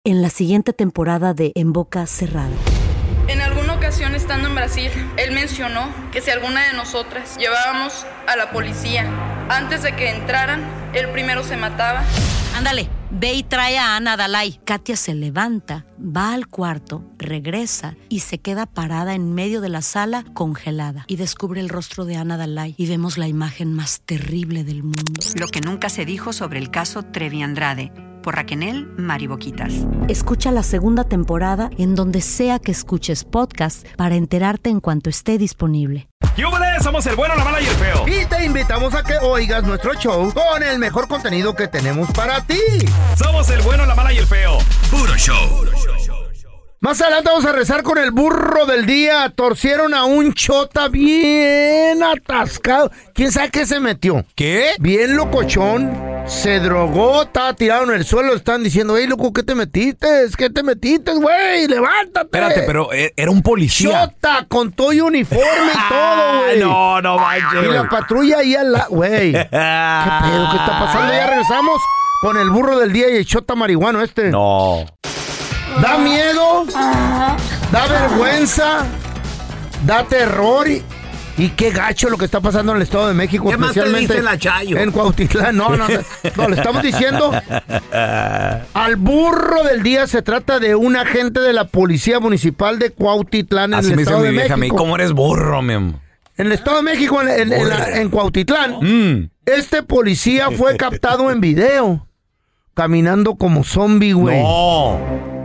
en la siguiente temporada de En Boca Cerrada. En alguna ocasión estando en Brasil, él mencionó que si alguna de nosotras llevábamos a la policía antes de que entraran, él primero se mataba. Ándale, ve y trae a Ana Dalai. Katia se levanta, va al cuarto, regresa y se queda parada en medio de la sala congelada. Y descubre el rostro de Ana Dalai y vemos la imagen más terrible del mundo. Lo que nunca se dijo sobre el caso Trevi Andrade, por Raquel Mariboquitas. Escucha la segunda temporada en donde sea que escuches podcast para enterarte en cuanto esté disponible. ¡Yúbales! Somos el bueno, la mala y el feo. Y te invitamos a que oigas nuestro show con el mejor contenido que tenemos para ti. Somos el bueno, la mala y el feo. Puro show. Más adelante vamos a rezar con el burro del día. Torcieron a un chota bien atascado. ¿Quién sabe qué se metió? ¿Qué? Bien locochón. Se drogó, estaba tirado en el suelo. Están diciendo, hey, loco, ¿qué te metiste? ¿Qué te metiste, güey? ¡Levántate! Espérate, pero era un policía. Chota, con todo y uniforme y todo, güey. No manches. Y la patrulla ahí al lado, güey. ¿Qué pedo? ¿Qué está pasando? Ya regresamos con el burro del día y el chota marihuano este. No. Da miedo, da vergüenza, da terror y qué gacho lo que está pasando en el Estado de México, ¿Qué especialmente más te dice la Chayo? en Cuautitlán. No, le estamos diciendo al burro del día. Se trata de un agente de la Policía Municipal de Cuautitlán en Así el me Estado dice de mi vieja, México. ¿cómo eres burro, mi amor? En el Estado de México, en Cuautitlán, este policía fue captado en video caminando como zombie, güey. No.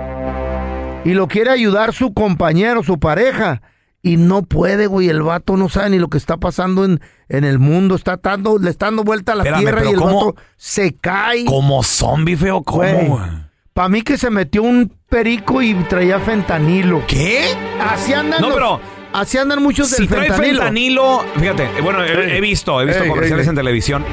Y lo quiere ayudar su compañero, su pareja. Y no puede, güey. El vato no sabe ni lo que está pasando en el mundo. Le está dando vuelta a la tierra y el vato se cae. ¿Como zombie, feo? ¿Cómo? Para mí que se metió un perico y traía fentanilo. ¿Qué? Así andan. No, pero así andan muchos del fentanilo. Si trae fentanilo, fíjate, bueno, he visto comerciales en televisión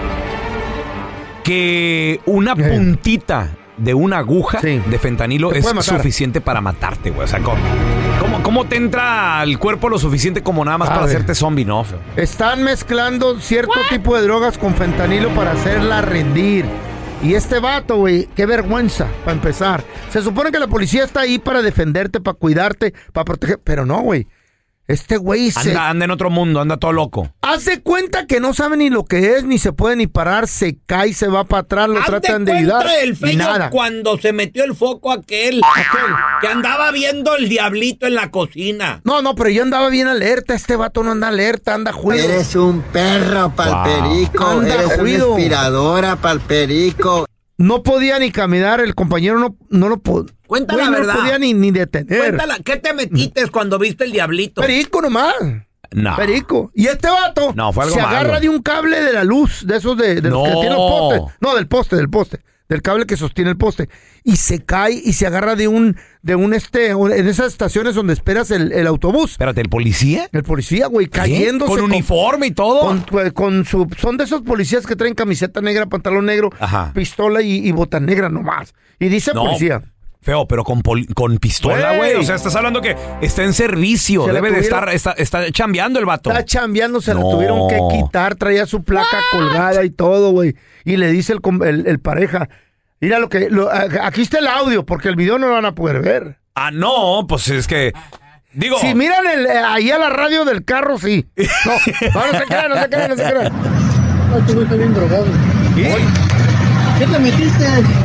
que una puntita de una aguja de fentanilo es suficiente para matarte, güey. O sea, ¿cómo te entra al cuerpo lo suficiente como nada más para hacerte zombie, no, feo? Están mezclando cierto tipo de drogas con fentanilo para hacerla rendir. Y este vato, güey, qué vergüenza, para empezar. Se supone que la policía está ahí para defenderte, para cuidarte, para proteger. Pero no, güey. Este güey anda en otro mundo, anda todo loco. Hace cuenta que no sabe ni lo que es, ni se puede ni parar, se cae, se va para atrás, lo tratan de ayudar. El y nada. Cuando se metió el foco aquel que andaba viendo el diablito en la cocina. No, pero yo andaba bien alerta. Este vato no anda alerta, anda juido. Eres un perro palperico. Anda Eres juido. una inspiradora palperico. No podía ni caminar, el compañero no lo podía. Cuenta la verdad. No podía ni detener. Cuéntala, ¿qué te metiste cuando viste el diablito? Perico nomás. No. Perico. Y este vato fue algo se agarra malo. de un cable de la luz, de esos de los que tienen los postes. No, del poste. Del cable que sostiene el poste. Y se cae y se agarra en esas estaciones donde esperas el autobús. Espérate, ¿el policía? El policía, güey, cayéndose. ¿Con uniforme y todo? Son de esos policías que traen camiseta negra, pantalón negro, pistola y bota negra nomás. Y dice policía. Feo, pero con pistola, güey. O sea, estás hablando que está en servicio. Debe de estar, está chambeando el vato. Está chambeando, se la tuvieron que quitar. Traía su placa colgada y todo, güey. Y le dice el pareja, mira aquí está el audio, porque el video no lo van a poder ver. Ah, no, pues es que... Digo... Si miran ahí a la radio del carro, sí. No se crean. No, tú estás bien drogado. ¿Qué te metiste?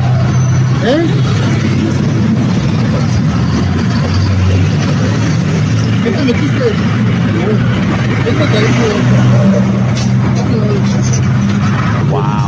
¿Qué te metiste? Wow.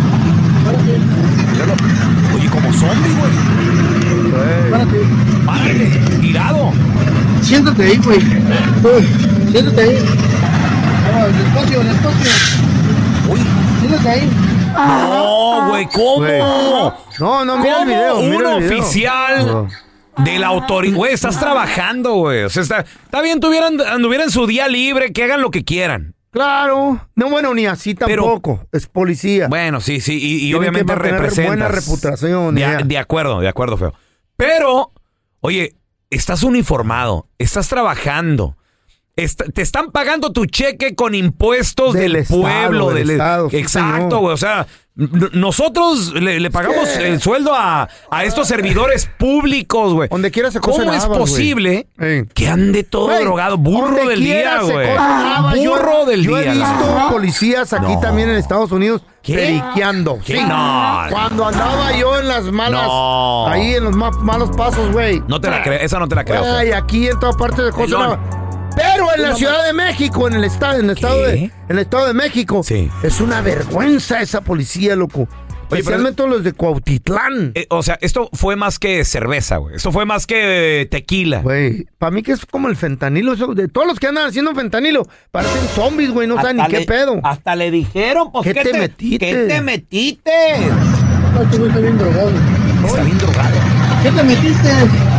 Oye, como zombie, güey. Párate, tirado. Siéntate ahí, güey. Siéntate ahí. Despacio. Uy. Siéntate ahí. No, güey, ¿cómo? Güey. No, mira el video. Un mira el video. oficial de la autoridad. Güey, estás trabajando, güey. O sea, está bien, anduviera en su día libre, que hagan lo que quieran. Claro. No, bueno, ni así tampoco. Es policía. Bueno, sí. Y obviamente representas. Buena reputación. De acuerdo, feo. Pero, oye, estás uniformado, estás trabajando. te están pagando tu cheque con impuestos del pueblo, del estado. Exacto, güey. O sea, nosotros le pagamos el sueldo a estos servidores públicos, güey. Donde quiera se cose. ¿Cómo es posible que ande todo drogado? Burro del día, güey. Burro del día. Yo he visto policías aquí también en Estados Unidos periqueando. ¿Qué? Sí. No. Cuando andaba yo en las malas, ahí en los malos pasos, güey. No te la creo, esa no te la creo. Ay, aquí en todas partes de cosas. Pero en la Ciudad de México, en el estado de México, es una vergüenza esa policía, loco. Especialmente los de Cuautitlán. O sea, esto fue más que cerveza, güey. Esto fue más que tequila. Güey, para mí que es como el fentanilo. Eso, de todos los que andan haciendo fentanilo, parecen zombies, güey. No saben ni qué pedo. Hasta le dijeron, pues, ¿qué te metiste? ¿Qué te metiste? No, este güey está bien drogado. Está bien drogado. ¿Qué te metiste?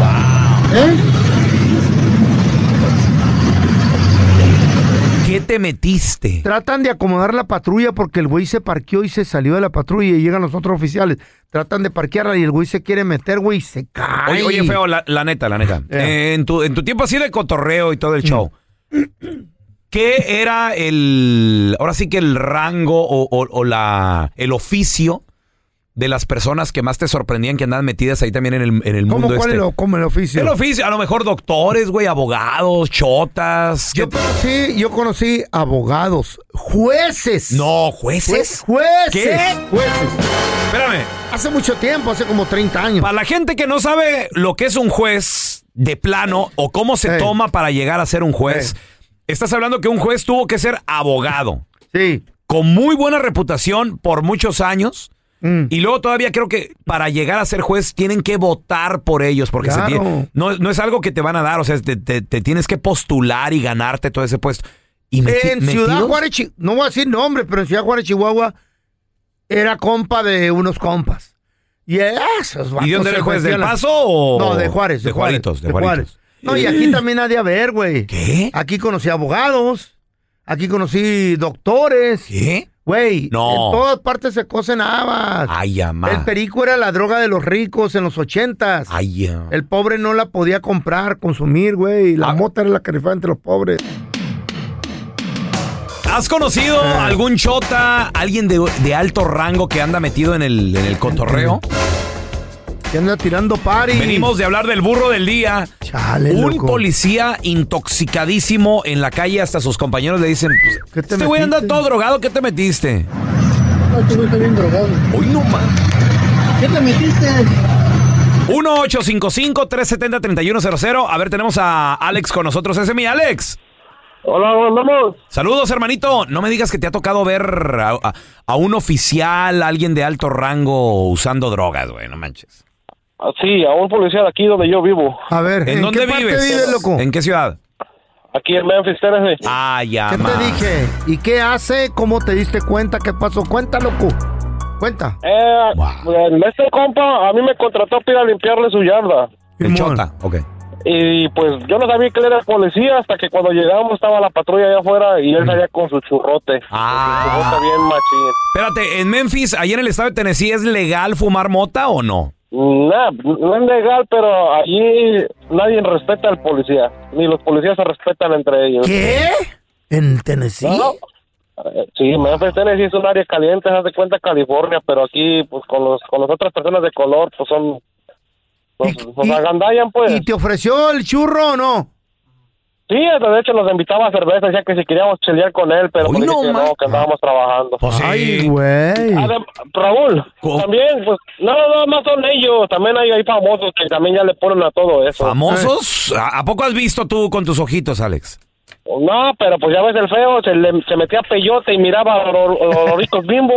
¿Qué te metiste? Tratan de acomodar la patrulla porque el güey se parqueó y se salió de la patrulla y llegan los otros oficiales. Tratan de parquearla y el güey se quiere meter, güey, y se cae. Oye, feo, la neta. En tu tiempo así de cotorreo y todo el show, ¿qué era ahora sí que el rango o el oficio de las personas que más te sorprendían que andaban metidas ahí también en el mundo ¿Cómo el oficio? El oficio, a lo mejor doctores, güey, abogados, chotas. Yo conocí abogados, jueces. No, ¿jueces? Jueces. ¿Qué? Jueces. Espérame. Hace mucho tiempo, hace como 30 años. Para la gente que no sabe lo que es un juez de plano o cómo se toma para llegar a ser un juez, estás hablando que un juez tuvo que ser abogado. Sí. Con muy buena reputación por muchos años. Y luego todavía creo que para llegar a ser juez tienen que votar por ellos porque no es algo que te van a dar, o sea, te tienes que postular y ganarte todo ese puesto. Y en Ciudad Juárez, no voy a decir nombre, pero en Ciudad Juárez, Chihuahua, era compa de unos compas. Y esos vatos. ¿Y dónde era el juez? ¿Del Paso o...? No, de Juárez. De Juaritos. No, y aquí también ha de haber, güey. ¿Qué? Aquí conocí abogados, aquí conocí doctores. ¿Qué? Güey, no. En todas partes se cocen habas. Ay, amá. El perico era la droga de los ricos en los 80s. Ay, el pobre no la podía comprar, consumir, güey. La mota era la que rifaba entre los pobres. ¿Has conocido algún chota, alguien de alto rango que anda metido en el cotorreo? Que anda tirando party. Venimos de hablar del burro del día. Chale, un loco. Policía intoxicadísimo en la calle, hasta sus compañeros le dicen, pues, este güey anda todo drogado, ¿qué te metiste? No, este güey está bien drogado. Hoy no más. ¿Qué te metiste? 1-855-370-3100. A ver, tenemos a Alex con nosotros. Ese es mi Alex. Hola, vamos. Saludos, hermanito. No me digas que te ha tocado ver a un oficial, alguien de alto rango usando drogas, güey, no manches. Sí, a un policía de aquí donde yo vivo. A ver, ¿en dónde vives? Loco? ¿En qué ciudad? Aquí en Memphis, Tennessee. Ah, ya. ¿Qué te dije? ¿Y qué hace? ¿Cómo te diste cuenta? ¿Qué pasó? Cuenta, loco. Cuenta. Este compa a mí me contrató para ir a limpiarle su yarda. El chota, ok. Y pues yo no sabía que él era policía hasta que cuando llegamos estaba la patrulla allá afuera y él salía con su churrote. Con su churrote bien machín. Espérate, en Memphis, ahí en el estado de Tennessee, ¿es legal fumar mota o no? Nah, no es legal, pero allí nadie respeta al policía. Ni los policías se respetan entre ellos. ¿Qué? ¿En Tennessee? ¿No? Sí, Memphis, Tennessee es un área caliente, se hace cuenta California, pero aquí pues con las otras personas de color pues son... Nos agandallan, pues. ¿Y te ofreció el churro o no? Sí, de hecho nos invitaba a cerveza, decía que si queríamos chelear con él, pero pues dije que no, que andábamos trabajando. Pues sí. Ay, güey. Raúl, también, pues, no más son ellos, también hay famosos que también ya le ponen a todo eso. ¿Famosos? ¿A poco has visto tú con tus ojitos, Alex? No, pero pues ya ves el feo, se metía peyote y miraba a los ricos Bimbo.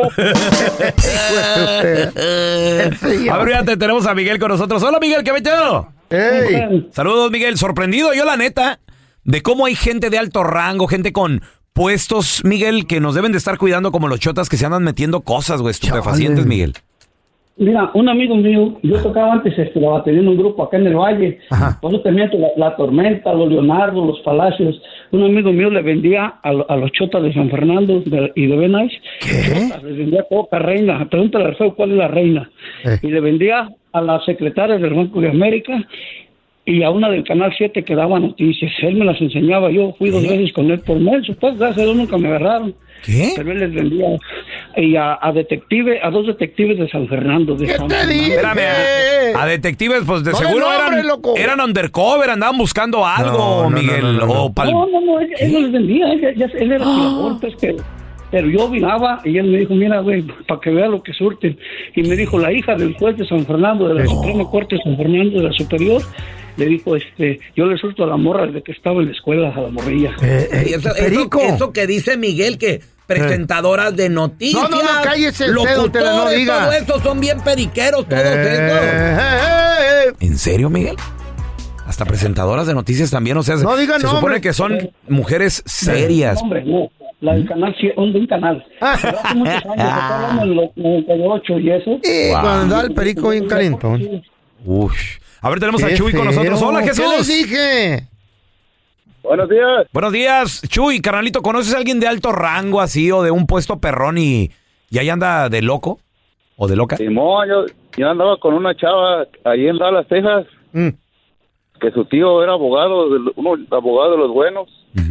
A ver, ya tenemos a Miguel con nosotros. Hola, Miguel, ¿qué metido? Hey. Saludos, Miguel. Sorprendido yo, la neta, de cómo hay gente de alto rango, gente con puestos, Miguel, que nos deben de estar cuidando como los chotas que se andan metiendo cosas, güey, estupefacientes, Miguel. Mira, un amigo mío, yo tocaba antes la batería en un grupo acá en el Valle. Nosotros teníamos la Tormenta, los Leonardo, los Palacios. Un amigo mío le vendía a los chotas de San Fernando y de Benais. ¿Qué? Le vendía coca reina. Pregúntale al feo cuál es la reina. Y le vendía a las secretarias del Banco de América. y a una del Canal 7 que daba noticias. Él me las enseñaba, yo fui 2 veces con él por menso, pues gracias a Dios nunca me agarraron. ¿Qué? Pero él les vendía y a 2 detectives de San Fernando. De ¿Qué San te Fernando. dije? Espérame, a detectives, pues de No, seguro no, hombre, loco. eran undercover, andaban buscando algo, No, Miguel. no. O pal- No, él no les vendía, él era tirador, pues, pero yo miraba y él me dijo, mira, güey, para que vea lo que surten. Y me dijo, la hija del juez de San Fernando, de la Suprema Corte de San Fernando, de la Superior, le dijo, yo le surto a la morra desde que estaba en la escuela, a la morrilla. Y Perico. eso que dice Miguel, que presentadoras de noticias, No, cállese usted, don Tela, no locutores, diga. todo eso son bien periqueros, todos esos. ¿En serio, Miguel? Hasta presentadoras de noticias también, o sea, No digan se nombre. supone que son mujeres serias. Hombre, no, la del canal, de un canal. Pero hace muchos años, que está hablando en los 98 y eso. Cuando andaba el perico bien calentón. Uf. A ver, tenemos a Qué Chuy con feo. nosotros. Hola, ¿Qué les Jesús. dije? Buenos días. Buenos días, Chuy, carnalito. ¿Conoces a alguien de alto rango así o de un puesto perrón y ahí anda de loco o de loca? Simón, yo andaba con una chava ahí en Dallas, Texas, que su tío era abogado, abogado de los buenos.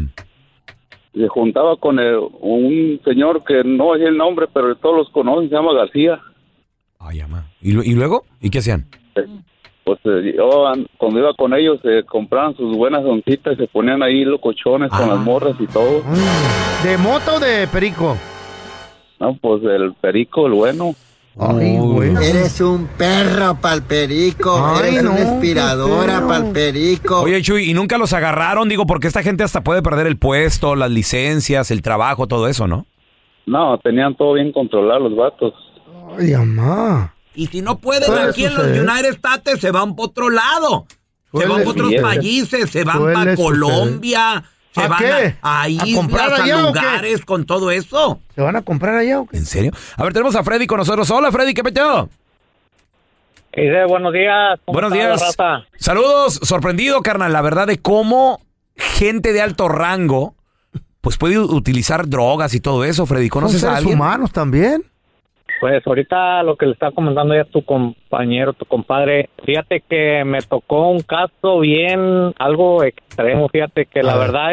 Se juntaba con un señor que no voy a decir el nombre, pero todos los conocen, se llama García. Ay, ama. ¿Y luego? ¿Y qué hacían? Pues yo cuando iba con ellos se compraban sus buenas oncitas y se ponían ahí locochones con las morras y todo. ¿De moto o de perico? No, pues el perico, el bueno. Ay, güey. Eres un perro pa'l perico. Ay, Eres no, una inspiradora qué feo. pa'l perico. Oye, Chuy, ¿y nunca los agarraron? Digo, porque esta gente hasta puede perder el puesto, las licencias, el trabajo, todo eso, ¿no? No, tenían todo bien controlado los vatos. Ay, mamá. Y si no pueden Puede aquí en suceder. los United States, se van para otro lado. Se van para otros suceder. países, se van Suele para suceder. Colombia, se ¿A van qué? a ¿A islas, comprar allá a o qué? lugares con todo eso. ¿Se van a comprar allá o qué? ¿En serio? A ver, tenemos a Freddy con nosotros. Hola, Freddy, ¿qué peteo? Buenos días. ¿Cómo Buenos está la días. raza? Saludos. Sorprendido, carnal, la verdad de cómo gente de alto rango pues puede utilizar drogas y todo eso, Freddy. Son ¿Conoces a seres alguien? humanos también. Pues ahorita lo que le está comentando ya tu compañero, tu compadre, fíjate que me tocó un caso bien, algo extremo, fíjate que la verdad,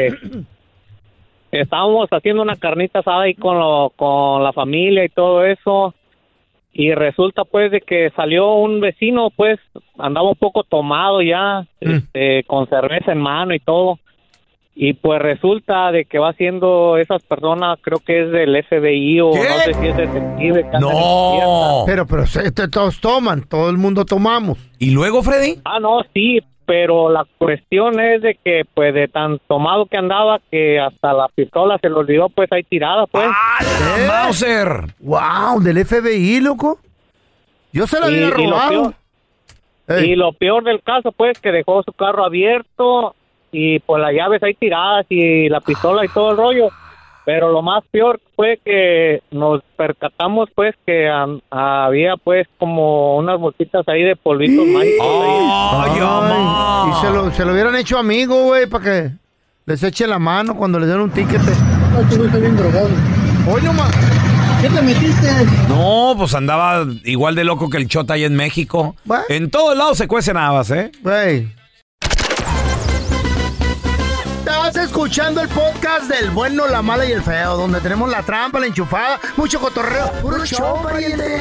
estábamos haciendo una carnita asada ahí con la familia y todo eso, y resulta pues de que salió un vecino, pues andaba un poco tomado ya, con cerveza en mano y todo. Y pues resulta de que va siendo esas personas, creo que es del FBI o ¿Qué? no sé si es detective. que anda en No. izquierda. Pero todos toman, todo el mundo tomamos. ¿Y luego, Freddy? Ah, no, sí, pero la cuestión es de que pues de tan tomado que andaba que hasta la pistola se le olvidó pues ahí tirada pues. ¡Ah, Mauser! Wow, del FBI, loco. Yo se la había Y lo robado. Y lo peor del caso pues que dejó su carro abierto y pues las llaves ahí tiradas y la pistola y todo el rollo. Pero lo más peor fue que nos percatamos pues que había pues como unas bolsitas ahí de polvitos mágicos. ¡Ay, mamá! Y se lo hubieran hecho amigo, güey, para que les eche la mano cuando les den un ticket. No, tú estás bien drogado. Oye, nomás. ¿Qué te metiste? No, pues andaba igual de loco que el Chota ahí en México. Bueno. En todos lados se cuecen habas, ¿eh? Güey. Estás escuchando el podcast del bueno, la mala y el feo, donde tenemos la trampa, la enchufada, mucho cotorreo. ¡Puro show, pariente!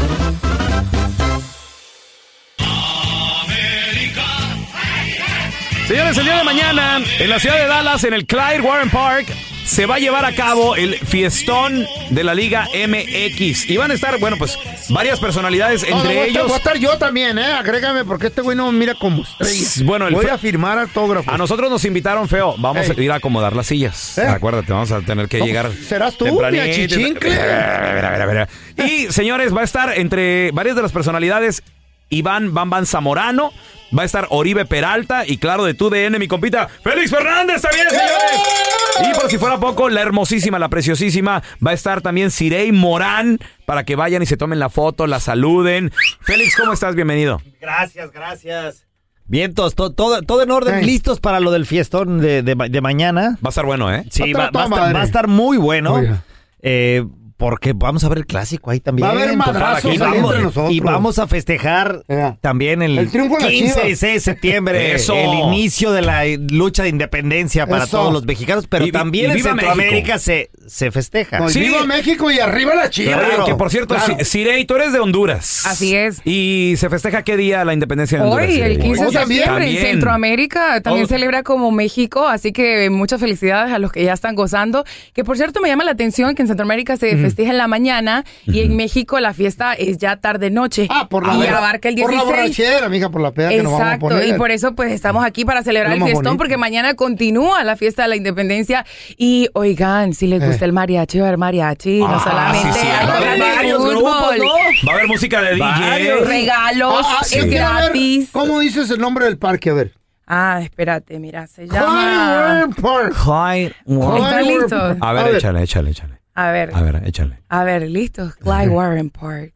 Señores, el día de mañana, en la ciudad de Dallas, en el Clyde Warren Park, se va a llevar a cabo el fiestón de la Liga MX. Y van a estar, bueno, pues, varias personalidades, entre ellos... Voy a estar yo también, agrégame, porque este güey no me mira como estrella. Bueno, voy a firmar autógrafos. A nosotros nos invitaron, feo. Vamos a ir a acomodar las sillas. Acuérdate, vamos a tener que llegar. ¿Serás tú, tempranito. mi achichincle? A ver. Y, señores, va a estar entre varias de las personalidades Iván Bam Zamorano, va a estar Oribe Peralta y, claro, de tu DN, mi compita Félix Fernández también, señores. Y por si fuera poco, la hermosísima, la preciosísima, va a estar también Cirey Morán, para que vayan y se tomen la foto, la saluden. Félix, ¿cómo estás? Bienvenido. Gracias. Vientos, todo en orden, listos para lo del fiestón de mañana. Va a estar bueno, ¿eh? Sí, va a estar muy bueno. porque vamos a ver el clásico ahí también. Va a haber madrazos ahí entre nosotros. Y vamos a festejar también el triunfo de 15 y 6 de septiembre. Eso. El inicio de la lucha de independencia para todos los mexicanos, pero también en Centroamérica se festeja. Pues viva México y arriba la Chivas. Claro. Que por cierto, Sirey, tú eres de Honduras. Así es. ¿Y se festeja qué día la independencia de Honduras? Hoy, el 15 de septiembre, también. en Centroamérica también celebra como México, así que muchas felicidades a los que ya están gozando. Que por cierto me llama la atención que en Centroamérica se festeja en la mañana y en México la fiesta es ya tarde-noche. Y abarca el 16. Por la borrachera, mija, por la peda que nos vamos a poner. Y por eso pues estamos aquí para celebrar el fiestón, porque mañana continúa la fiesta de la independencia. Y oigan, si les gusta el mariachi, va a haber mariachi, no solamente va a haber varios grupos, ¿no? Va a haber música de DJ. Regalos, es gratis. ¿Cómo dices el nombre del parque? A ver. Espérate, mira, se llama... ¿Están listos? A ver, échale. A ver, échale. A ver, listos. Clyde Warren Park.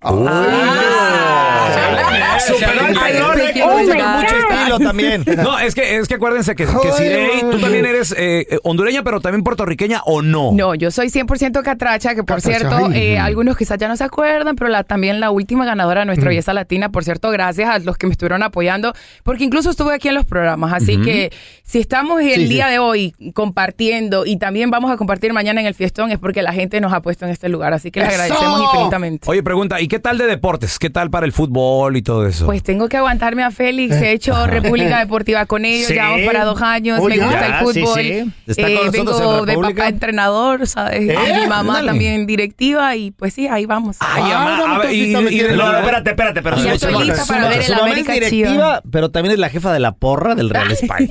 Mucho estilo también. No, es que acuérdense que Sirey, tú también eres hondureña, pero también puertorriqueña, ¿o no? No, yo soy 100% catracha, que por cierto, algunos quizás ya no se acuerdan, pero también la última ganadora de nuestra belleza latina, por cierto, gracias a los que me estuvieron apoyando, porque incluso estuve aquí en los programas, así que si estamos el día de hoy compartiendo y también vamos a compartir mañana en el fiestón, es porque la gente nos ha puesto en este lugar, así que les agradecemos infinitamente. Oye, pregunta, ¿y qué tal de deportes? ¿Qué tal para el fútbol y todo eso? Pues tengo que aguantarme a Félix, he hecho República Deportiva con ellos, ya vamos para 2 años, me gusta el fútbol, vengo de papá entrenador, ¿sabes? Y mi mamá también directiva y pues sí, ahí vamos. Espérate, pero ya estoy lista para ver el América directiva, pero también es la jefa de la porra del Real España.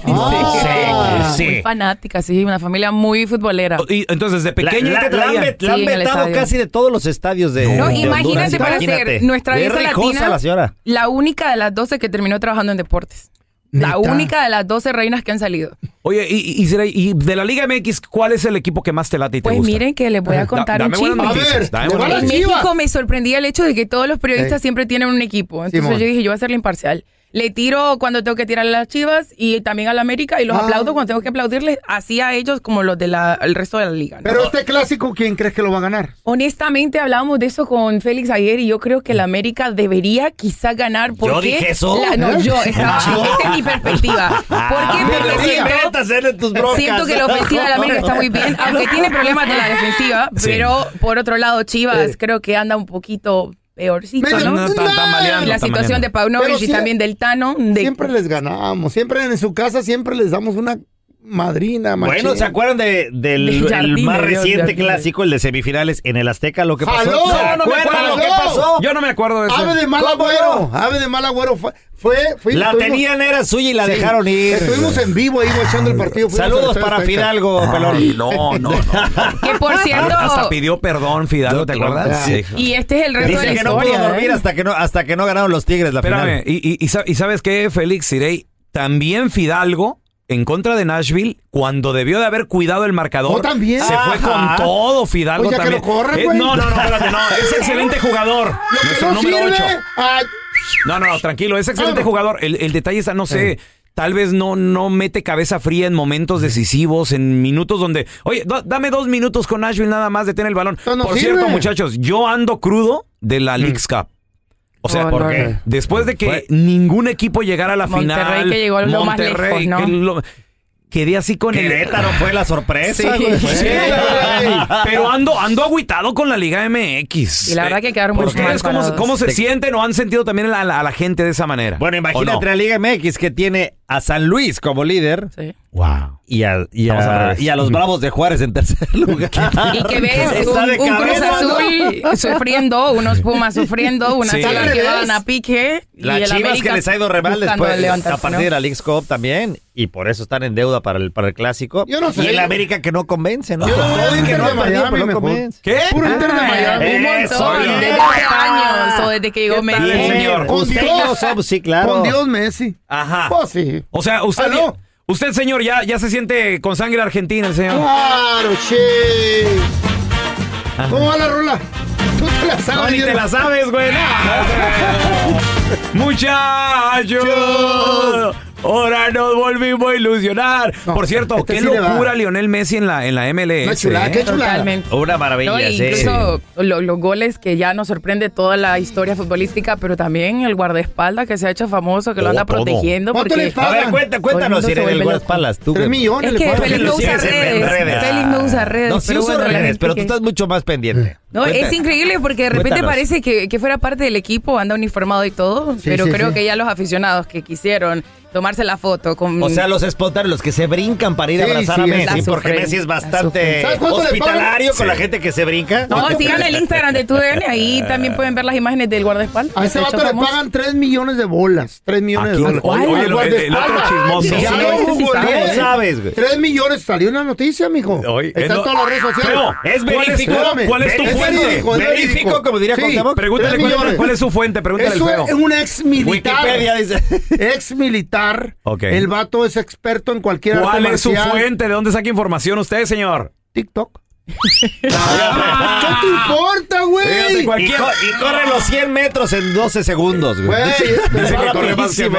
Muy fanática, sí, una familia muy futbolera. Y entonces, de pequeña ¿qué traía? La han vetado casi de todos los estadios de imagínate para ser nuestra belleza latina, la única de las 12 que terminó trabajando en deportes. La única de las 12 reinas que han salido. Oye, y de la Liga MX, ¿cuál es el equipo que más te late y te gusta? Pues miren que les voy a contar un chisme. En México me sorprendía el hecho de que todos los periodistas siempre tienen un equipo. Entonces yo dije, yo voy a ser la imparcial. Le tiro cuando tengo que tirarle a las Chivas y también a la América y los aplaudo cuando tengo que aplaudirles, así a ellos como los de el resto de la liga, ¿no? Pero este clásico, ¿quién crees que lo va a ganar? Honestamente, hablábamos de eso con Félix ayer y yo creo que la América debería quizás ganar. ¿Yo dije eso? Esa es mi perspectiva. ¿Por qué? Porque siento que la ofensiva de la América está muy bien, aunque tiene problemas de la defensiva, pero por otro lado Chivas creo que anda un poquito... peorcito, ¿no? La situación de Paunovic y también del Tano. Siempre les ganamos, siempre en su casa, siempre les damos una madrina. Bueno, ¿se acuerdan del más reciente clásico, el de semifinales en el Azteca? Lo que pasó. No me acuerdo. ¿Qué pasó? Yo no me acuerdo de eso. Ave de mal agüero. La tenían, era suya y la dejaron ir. Estuvimos en vivo ahí echando el partido. Saludos para Fidalgo, pelón. No. Que por cierto... Hasta pidió perdón Fidalgo, ¿te acuerdas? Sí. Y este es el resto de la historia. Dice que no pudo dormir hasta que no ganaron los Tigres la final. Y ¿sabes qué, Félix Sirey? También Fidalgo en contra de Nashville, cuando debió de haber cuidado el marcador, también se fue con todo Fidalgo. Oye, también. Que lo corran, güey. No, espérate, no. Es excelente jugador. Nuestro número 8. No, tranquilo, es excelente jugador. El detalle está, no sé, tal vez no mete cabeza fría en momentos decisivos, en minutos donde, oye, dame 2 minutos con Nashville nada más, detén el balón. Por cierto, muchachos, yo ando crudo de la Leagues Cup. O sea, ¿por qué? Después de que ningún equipo llegara a la final. Monterrey que llegó lo más lejos, ¿no? Quedé así con Querétaro fue la sorpresa. Sí, pero ando agüitado con la Liga MX. Y la verdad que quedaron muy mal parados. ¿Cómo se sienten o han sentido también a la gente de esa manera? Bueno, imagínate la Liga MX que tiene a San Luis como líder. Sí. Wow. Y a los Bravos de Juárez en tercer lugar. Y que ves un Cruz Azul sufriendo, unos Pumas sufriendo, unas Chivas que van a pique. Las Chivas América que les ha ido re mal después a partir de la Leagues Cup también. Y por eso están en deuda para el clásico. Yo no sé. Y el América que no convence, ¿no? Yo no que no convence. ¿Qué? Puro Inter de Miami. Un montón. Desde hace años o desde que llegó Messi. Señor. Sí, claro. Con Dios, Messi. Ajá. Pues sí. O sea, usted, señor, ya se siente con sangre argentina, el señor. Claro, che. ¿Cómo va la rola? ¿Tú te la sabes? No, ni te la sabes, güey. Muchacho. Ahora nos volvimos a ilusionar. Por cierto, qué locura Lionel Messi en la MLS. Una chulada, qué chulada. Totalmente. Una maravilla, incluso los goles que ya nos sorprende toda la historia futbolística, pero también el guardaespaldas que se ha hecho famoso, que lo anda protegiendo. Porque, a ver, cuéntanos, Irene, el guardaespaldas. 3 millones. Es que Félix no usa redes. Félix no usa redes. No, sí usa redes, pero tú estás mucho más pendiente. No, es increíble porque de repente parece que fuera parte del equipo, anda uniformado y todo, pero creo que ya los aficionados que quisieron tomarse la foto con... O sea, los espontáneos, los que se brincan para ir a abrazar a Messi, porque Messi es bastante hospitalario con la gente que se brinca. No, sigan el Instagram de TUDN, ahí también pueden ver las imágenes del guardaespaldas. A ese vato le pagan 3 millones de bolas. 3 millones de dólares. Oye, el otro chismoso. ¿Cómo sabes, güey? 3 millones, salió una noticia, mijo. Está en todas las redes sociales. ¿Es verífico? ¿Cuál es tu fuente? ¿Verífico, como diría Cuauhtémoc? Pregúntale cuál es su fuente, pregúntale al feo. Es un ex militar. Wikipedia dice. Ex militar. Okay. El vato es experto en cualquier arte ¿Cuál es su marcial. fuente? ¿De dónde saca información usted, señor? TikTok. ¿Qué te importa, güey? Y corre los 100 metros en 12 segundos, güey. Dice que corre más que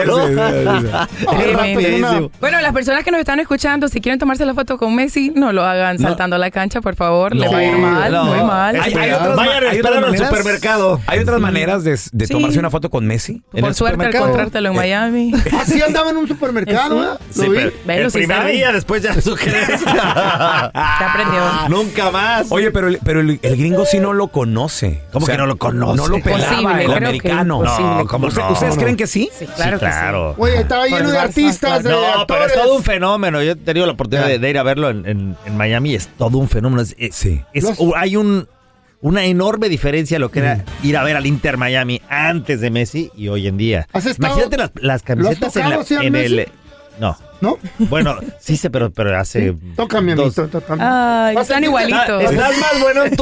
Messi. Bueno, las personas que nos están escuchando, si quieren tomarse la foto con Messi, no lo hagan saltando a la cancha, por favor. Le va a ir mal, muy mal. Vayan a esperar al supermercado. ¿Hay otras maneras de tomarse una foto con Messi? Por suerte, encontrártelo en Miami. Así andaba en un supermercado, ¿eh? Sí, pero el primer día, después ya sugerencia. Se aprendió. Nunca más. Oye, pero el gringo sí no lo conoce. ¿Cómo que no lo conoce? No lo pelaba el americano. ¿Ustedes creen que sí? Sí, claro que sí. Oye, estaba lleno de artistas, de actores. Pero es todo un fenómeno. Yo he tenido la oportunidad de ir a verlo en Miami. Es todo un fenómeno. Hay una enorme diferencia lo que era ir a ver al Inter Miami antes de Messi y hoy en día. Imagínate las camisetas en el... ¿No? Bueno, sí sé, pero hace... Tócame a mí. Ay, están igualitos. Estás más bueno tú.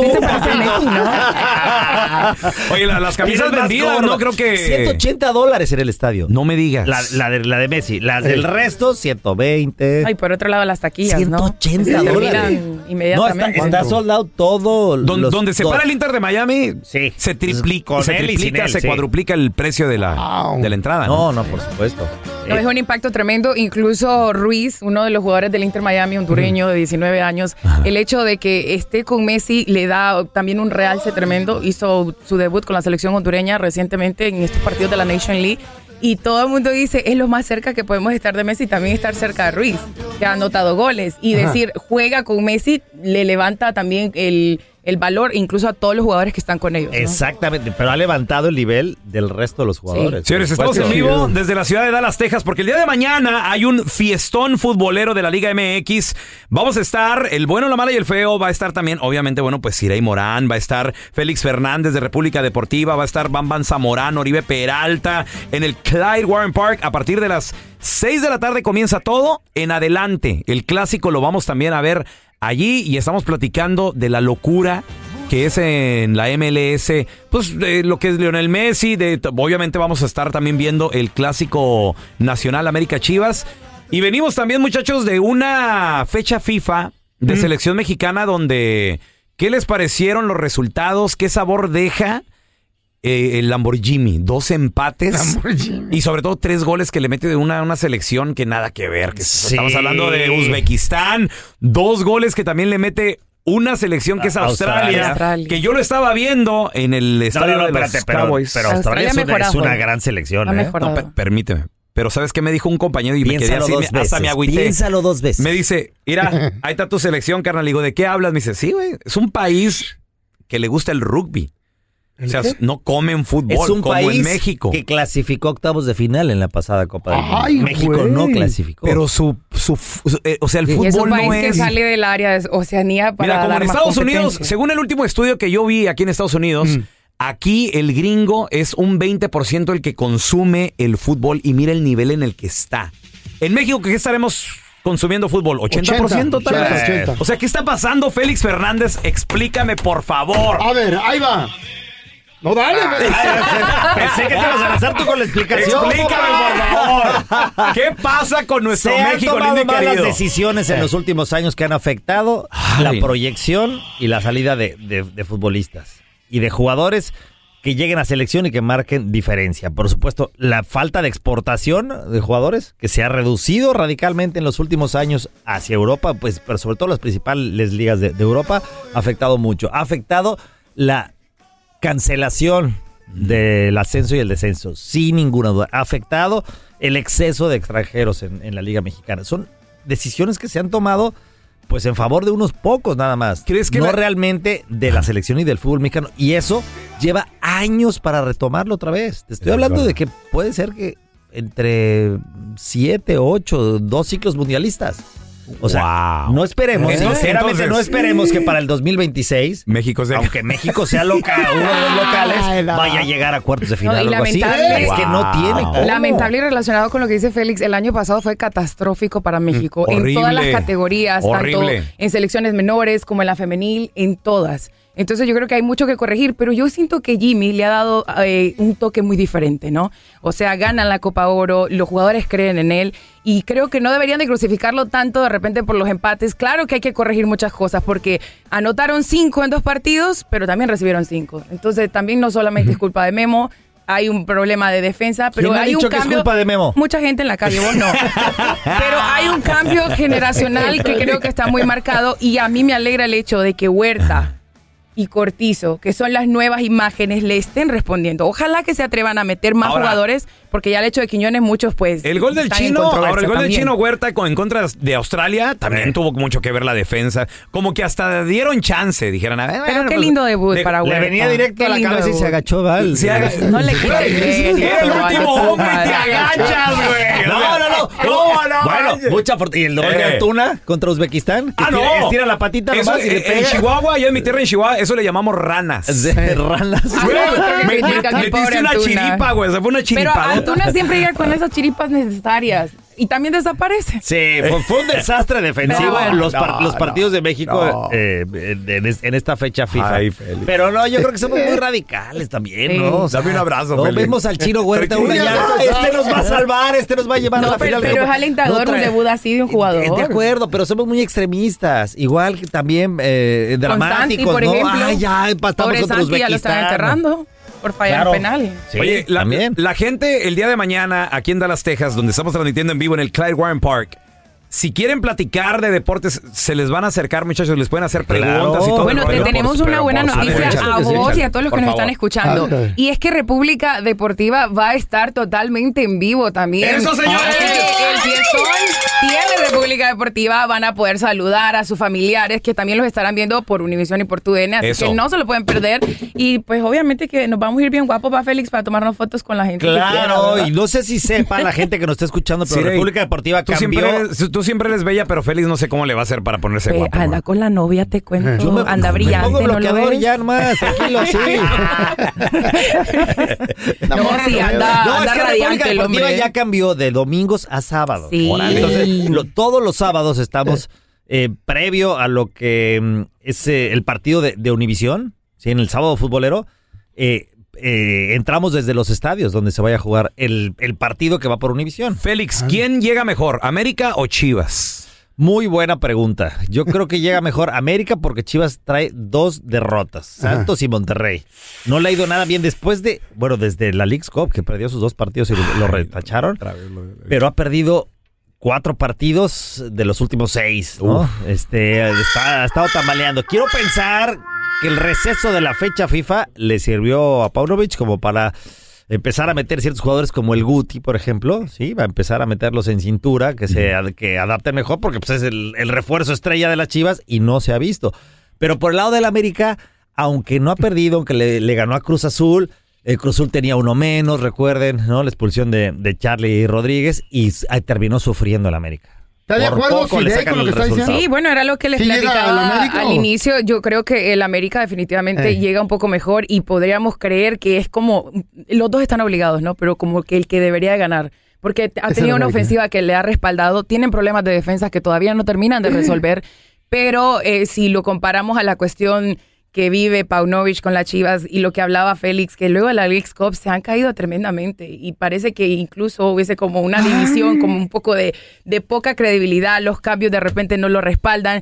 Oye, las camisas vendidas, no creo que... $180 en el estadio. No me digas. La de Messi. Las del resto, 120. Ay, por otro lado, las taquillas, ¿no? $180. Inmediatamente. No, está soldado todo. Donde se para el Inter de Miami, se triplica, se cuadruplica el precio de la entrada. No, por supuesto. No, es un impacto tremendo. Incluso Ruiz, uno de los jugadores del Inter Miami, hondureño de 19 años, el hecho de que esté con Messi le da también un realce tremendo. Hizo su debut con la selección hondureña recientemente en estos partidos de la Nation League. Y todo el mundo dice, es lo más cerca que podemos estar de Messi, también estar cerca de Ruiz, que ha anotado goles. Y decir, juega con Messi, le levanta también el valor incluso a todos los jugadores que están con ellos, ¿no? Exactamente, pero ha levantado el nivel del resto de los jugadores. Sí. Señores, estamos en vivo desde la ciudad de Dallas, Texas, porque el día de mañana hay un fiestón futbolero de la Liga MX. Vamos a estar, el bueno, la mala y el feo. Va a estar también, obviamente, bueno, pues Sirey Morán, va a estar Félix Fernández de República Deportiva, va a estar Bam Zamorano, Oribe Peralta, en el Clyde Warren Park. A partir de las 6 de la tarde comienza todo. En adelante, el clásico lo vamos también a ver allí y estamos platicando de la locura que es en la MLS, pues de lo que es Lionel Messi, obviamente vamos a estar también viendo el clásico nacional América Chivas y venimos también, muchachos, de una fecha FIFA de selección mexicana donde ¿qué les parecieron los resultados? ¿Qué sabor deja el Lamborghini? 2 empates y sobre todo 3 goles que le mete de una selección que nada que ver. Estamos hablando de Uzbekistán, 2 goles que también le mete una selección que es Australia, que yo lo estaba viendo en el estadio de los Cowboys. Pero Australia es una gran selección. Permíteme. Pero ¿sabes qué me dijo un compañero? Y me quedé así, hasta me agüité. Piénsalo 2 veces. Me dice, mira, ahí está tu selección, carnal. Le digo, ¿de qué hablas? Me dice, sí, güey, es un país que le gusta el rugby. O sea, no comen fútbol es un como país en México. Que clasificó octavos de final en la pasada Copa del Mundo. México no clasificó. Pero o sea, el fútbol es un país no es... que sale del área de Oceanía para... Mira, como dar en más Estados Unidos, competencia. según el último estudio que yo vi aquí en Estados Unidos, aquí el gringo es un 20% el que consume el fútbol y mira el nivel en el que está. En México, ¿qué estaremos consumiendo fútbol? 80% tal vez. 80. O sea, ¿qué está pasando, Félix Fernández? Explícame, por favor. A ver, ahí va. No, dale. Pensé que te ibas a lanzar tú con la explicación. Explícame, por favor. ¿Qué pasa con nuestro México lindo y querido? Se han tomado malas decisiones en los últimos años que han afectado la proyección y la salida de futbolistas y de jugadores que lleguen a selección y que marquen diferencia. Por supuesto, la falta de exportación de jugadores, que se ha reducido radicalmente en los últimos años hacia Europa, pues, pero sobre todo las principales ligas de Europa, ha afectado mucho. Ha afectado la cancelación del ascenso y el descenso, sin ninguna duda. Ha afectado el exceso de extranjeros en la Liga Mexicana. Son decisiones que se han tomado pues en favor de unos pocos nada más. ¿Crees que no realmente de la selección y del fútbol mexicano? Y eso lleva años para retomarlo otra vez. Te estoy hablando de que puede ser que entre 7, 8, 2 ciclos mundialistas. O sea, no esperemos, sinceramente no esperemos que para el 2026 México sea, aunque México sea local, uno de los locales, vaya a llegar a cuartos de final. No, algo así. Es que no tiene. Lamentable y relacionado con lo que dice Félix, el año pasado fue catastrófico para México en todas las categorías, tanto en selecciones menores como en la femenil, en todas. Entonces yo creo que hay mucho que corregir, pero yo siento que Jimmy le ha dado un toque muy diferente, ¿no? O sea, ganan la Copa Oro, los jugadores creen en él y creo que no deberían de crucificarlo tanto de repente por los empates. Claro que hay que corregir muchas cosas porque anotaron 5 en 2 partidos, pero también recibieron 5. Entonces también no solamente es culpa de Memo. Hay un problema de defensa, pero ¿quién ha hay dicho un cambio. Que es culpa de Memo? Mucha gente en la calle, vos no. Pero hay un cambio generacional que creo que está muy marcado y a mí me alegra el hecho de que Huerta y Cortizo, que son las nuevas imágenes, le estén respondiendo. Ojalá que se atrevan a meter más jugadores, porque ya el hecho de Quiñones, muchos pues el gol del chino, del chino Huerta en contra de Australia también tuvo mucho que ver la defensa, como que hasta dieron chance, dijeron, a ver, pero qué lindo debut para Huerta. Le venía directo a la cabeza y se agachó, ¿vale? No le quites era el último hombre, te agachas, güey. No. Bueno, mucha fortuna. ¿Y el doble de Antuna contra Uzbekistán? Estira la patita nomás y le pega. En Chihuahua, allá en mi tierra en Chihuahua, eso le llamamos ranas. Ranas. Metiste una chiripa, güey. Se fue una chiripa. Pero Antuna siempre llega con esas chiripas necesarias. Y también desaparece. Sí, fue un desastre defensivo los partidos de México en esta fecha FIFA. Ay, pero no, yo creo que somos muy radicales también, ¿no? O sea, dame un abrazo, Félix. Vemos al chino Huerta este nos va a salvar, este nos va a llevar a la final. Pero es alentador un debut así de un jugador. De acuerdo, pero somos muy extremistas. Igual que también dramáticos, por ejemplo, ¿no? Ya empatamos contra Uzbekistán. Ya lo están enterrando por fallar penal. Sí, oye, la gente el día de mañana aquí en Dallas, Texas, donde estamos transmitiendo en vivo en el Clyde Warren Park, si quieren platicar de deportes, se les van a acercar, muchachos, les pueden hacer preguntas y todo. Bueno, tenemos una buena noticia a vos y a todos los que nos están escuchando. Y es que República Deportiva va a estar totalmente en vivo también. ¡Eso, señores! El fiestón tiene República Deportiva, van a poder saludar a sus familiares que también los estarán viendo por Univision y por TUDN, así que no se lo pueden perder. Y pues obviamente que nos vamos a ir bien guapos para Félix para tomarnos fotos con la gente. Claro, y no sé si sepa la gente que nos está escuchando, pero República Deportiva cambió. Tú siempre eres bella, pero Félix no sé cómo le va a hacer para ponerse guapo. Anda con la novia, te cuento. Anda brillante. Me pongo bloqueador ya nomás, tranquilo, sí. Anda es que radiante el hombre. Ya cambió de domingos a sábados. Sí. Entonces, todos los sábados estamos previo a lo que es el partido de Univisión, ¿sí? En el sábado futbolero, entramos desde los estadios donde se vaya a jugar el partido que va por Univisión. Félix, ¿quién llega mejor, América o Chivas? Muy buena pregunta. Yo creo que llega mejor América porque Chivas trae 2 derrotas, Santos y Monterrey. No le ha ido nada bien desde la Leagues Cup, que perdió sus 2 partidos y lo retacharon, pero ha perdido 4 partidos de los últimos 6, ¿no? Ha estado tambaleando. Quiero pensar que el receso de la fecha FIFA le sirvió a Paunovic como para empezar a meter ciertos jugadores como el Guti, por ejemplo, sí, va a empezar a meterlos en cintura, que adapten mejor, porque pues es el refuerzo estrella de las Chivas y no se ha visto. Pero por el lado del América, aunque no ha perdido, aunque le ganó a Cruz Azul, Cruz Azul tenía uno menos, recuerden, ¿no? La expulsión de Charlie Rodríguez y terminó sufriendo el América. ¿Está de acuerdo con lo que está diciendo? Sí, bueno, era lo que les platicaba al inicio. Yo creo que el América definitivamente llega un poco mejor y podríamos creer que es como, los dos están obligados, ¿no? Pero como que el que debería de ganar. Porque ha tenido una ofensiva que le ha respaldado. Tienen problemas de defensa que todavía no terminan de resolver. Pero si lo comparamos a la cuestión que vive Paunovic con las Chivas y lo que hablaba Félix, que luego de la Leagues Cup se han caído tremendamente y parece que incluso hubiese como una división, como un poco de poca credibilidad, los cambios de repente no lo respaldan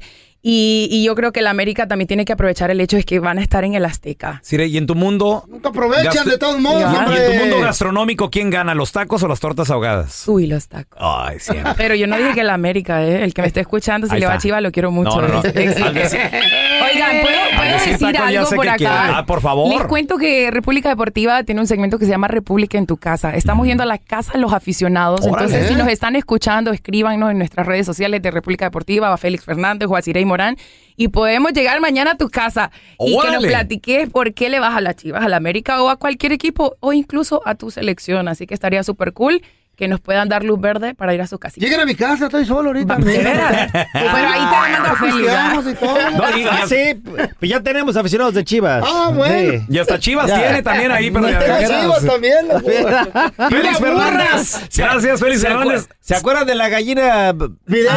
Y yo creo que la América también tiene que aprovechar el hecho de que van a estar en el Azteca. Sire, ¿y en tu mundo? Nunca aprovechan de todos modos, ¿Y en tu mundo gastronómico quién gana, los tacos o las tortas ahogadas? Uy, los tacos. Ay, siempre. Pero yo no dije que la América, el que me esté escuchando, si Ahí le va a está. Chivas, lo quiero mucho. No. Oigan, ¿puedo decir algo por acá? Por favor. Les cuento que República Deportiva tiene un segmento que se llama República en tu casa. Estamos yendo a la casa de los aficionados. Órale. Entonces, si nos están escuchando, escríbanos en nuestras redes sociales de República Deportiva, a Félix Fernández o a Sirey Morán, y podemos llegar mañana a tu casa y que nos platiques por qué le vas a las Chivas, a la América o a cualquier equipo o incluso a tu selección. Así que estaría súper cool que nos puedan dar luz verde para ir a su casita. Lleguen a mi casa, estoy solo ahorita. ¿De veras? Pero ahí te mando Félix. Y todo. Sí, pues ya tenemos aficionados de Chivas. Ah, bueno. Sí. Y hasta Chivas Ya. tiene también ahí. Pero Chivas también. Félix Fernández. Gracias, Félix Fernández. ¿Se acuerdan de la gallina vidente?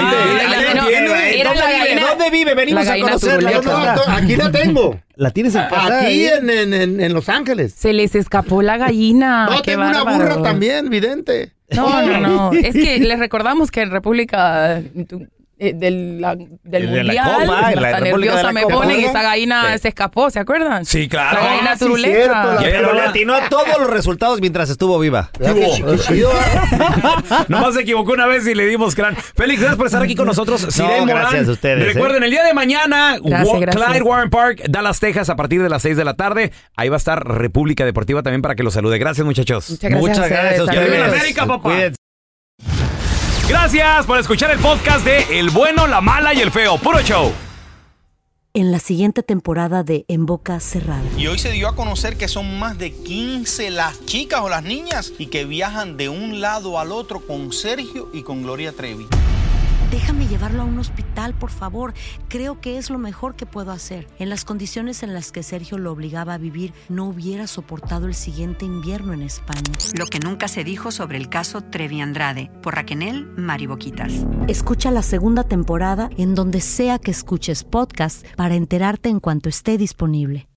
¿Dónde vive? Venimos a conocerla. Aquí la tengo. ¿La tienes en casa? Aquí en Los Ángeles. Se les escapó la gallina. No, Qué tengo una bárbaro. burra también, vidente. No. Es que les recordamos que en República del Mundial, Copa, en la hasta República nerviosa de la me Copa. ponen, esa gallina se escapó, ¿se acuerdan? Sí, claro. La gallina sí, turuleta. cierto, Pero le atinó a todos los resultados mientras estuvo viva. Qué chido. Nomás se equivocó una vez y le dimos crán. Félix, gracias por estar aquí con nosotros. Sirey Morán. gracias a ustedes, Recuerden, el día de mañana, Gracias. Clyde Warren Park, Dallas, Texas, a partir de las 6 de la tarde. Ahí va a estar República Deportiva también para que los salude. Gracias, muchachos. Muchas gracias a ustedes. Ya viene Saludos. América, papá. Cuídense. Gracias por escuchar el podcast de El Bueno, la Mala y el Feo. Puro show. En la siguiente temporada de En Boca Cerrada. Y hoy se dio a conocer que son más de 15 las chicas o las niñas y que viajan de un lado al otro con Sergio y con Gloria Trevi. Déjame llevarlo a un hospital, por favor. Creo que es lo mejor que puedo hacer. En las condiciones en las que Sergio lo obligaba a vivir, no hubiera soportado el siguiente invierno en España. Lo que nunca se dijo sobre el caso Trevi Andrade, por Raquel Mariboquitas. Escucha la segunda temporada en donde sea que escuches podcast para enterarte en cuanto esté disponible.